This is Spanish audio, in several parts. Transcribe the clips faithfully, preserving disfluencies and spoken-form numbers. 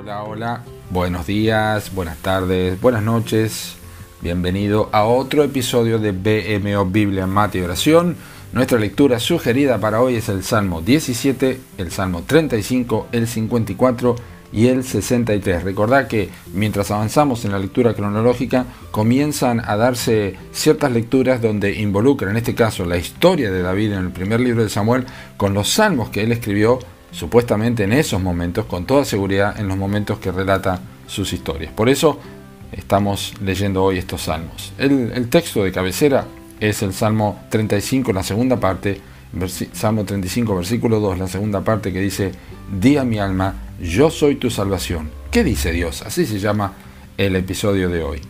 Hola, hola, buenos días, buenas tardes, buenas noches. Bienvenido a otro episodio de B M O Biblia, Mate y Oración. Nuestra lectura sugerida para hoy es el Salmo diecisiete, el Salmo treinta y cinco, el cincuenta y cuatro y el sesenta y tres. Recordad que mientras avanzamos en la lectura cronológica, comienzan a darse ciertas lecturas donde involucran, en este caso, la historia de David en el primer libro de Samuel, con los salmos que él escribió, supuestamente en esos momentos, con toda seguridad, en los momentos que relata sus historias. Por eso estamos leyendo hoy estos salmos. El, el texto de cabecera es el Salmo treinta y cinco, la segunda parte, Salmo treinta y cinco, versículo dos, la segunda parte, que dice: Di a mi alma, yo soy tu salvación. ¿Qué dice Dios? Así se llama el episodio de hoy.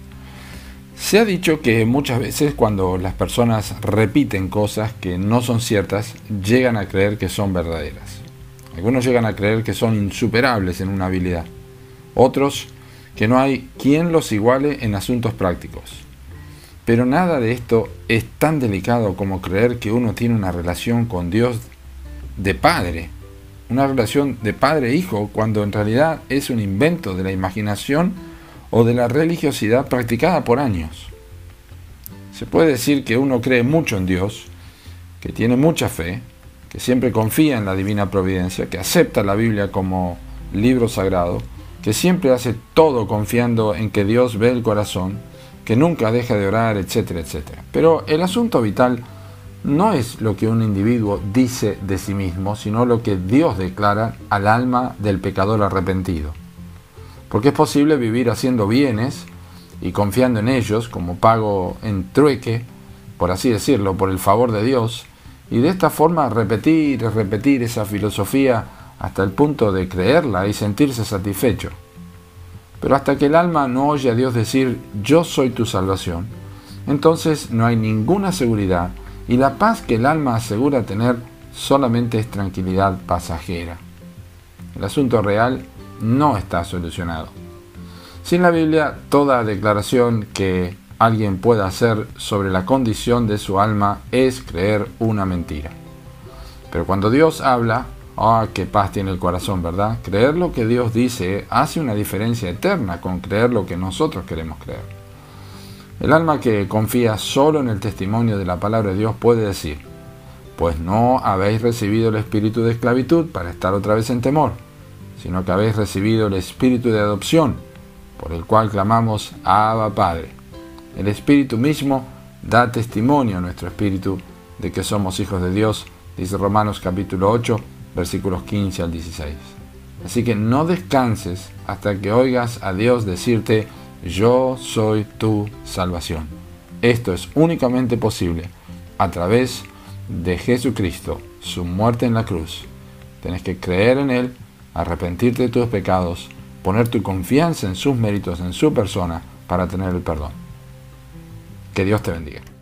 Se ha dicho que muchas veces cuando las personas repiten cosas que no son ciertas, llegan a creer que son verdaderas. Algunos llegan a creer que son insuperables en una habilidad. Otros, que no hay quien los iguale en asuntos prácticos. Pero nada de esto es tan delicado como creer que uno tiene una relación con Dios de padre. Una relación de padre-hijo, cuando en realidad es un invento de la imaginación o de la religiosidad practicada por años. Se puede decir que uno cree mucho en Dios, que tiene mucha fe, que siempre confía en la divina providencia, que acepta la Biblia como libro sagrado, que siempre hace todo confiando en que Dios ve el corazón, que nunca deja de orar, etcétera, etcétera. Pero el asunto vital no es lo que un individuo dice de sí mismo, sino lo que Dios declara al alma del pecador arrepentido. Porque es posible vivir haciendo bienes y confiando en ellos como pago en trueque, por así decirlo, por el favor de Dios, y de esta forma repetir y repetir esa filosofía hasta el punto de creerla y sentirse satisfecho. Pero hasta que el alma no oye a Dios decir, yo soy tu salvación, entonces no hay ninguna seguridad, y la paz que el alma asegura tener solamente es tranquilidad pasajera. El asunto real no está solucionado. Sin la Biblia, toda declaración que alguien pueda hacer sobre la condición de su alma es creer una mentira. Pero cuando Dios habla, ¡ah, qué paz tiene el corazón!, ¿verdad? Creer lo que Dios dice hace una diferencia eterna con creer lo que nosotros queremos creer. El alma que confía solo en el testimonio de la palabra de Dios puede decir: pues no habéis recibido el espíritu de esclavitud para estar otra vez en temor, sino que habéis recibido el espíritu de adopción, por el cual clamamos, Abba, Padre. El Espíritu mismo da testimonio a nuestro espíritu de que somos hijos de Dios, dice Romanos capítulo ocho, versículos quince al dieciséis. Así que no descanses hasta que oigas a Dios decirte, yo soy tu salvación. Esto es únicamente posible a través de Jesucristo, su muerte en la cruz. Tienes que creer en Él, arrepentirte de tus pecados, poner tu confianza en sus méritos, en su persona, para tener el perdón. Que Dios te bendiga.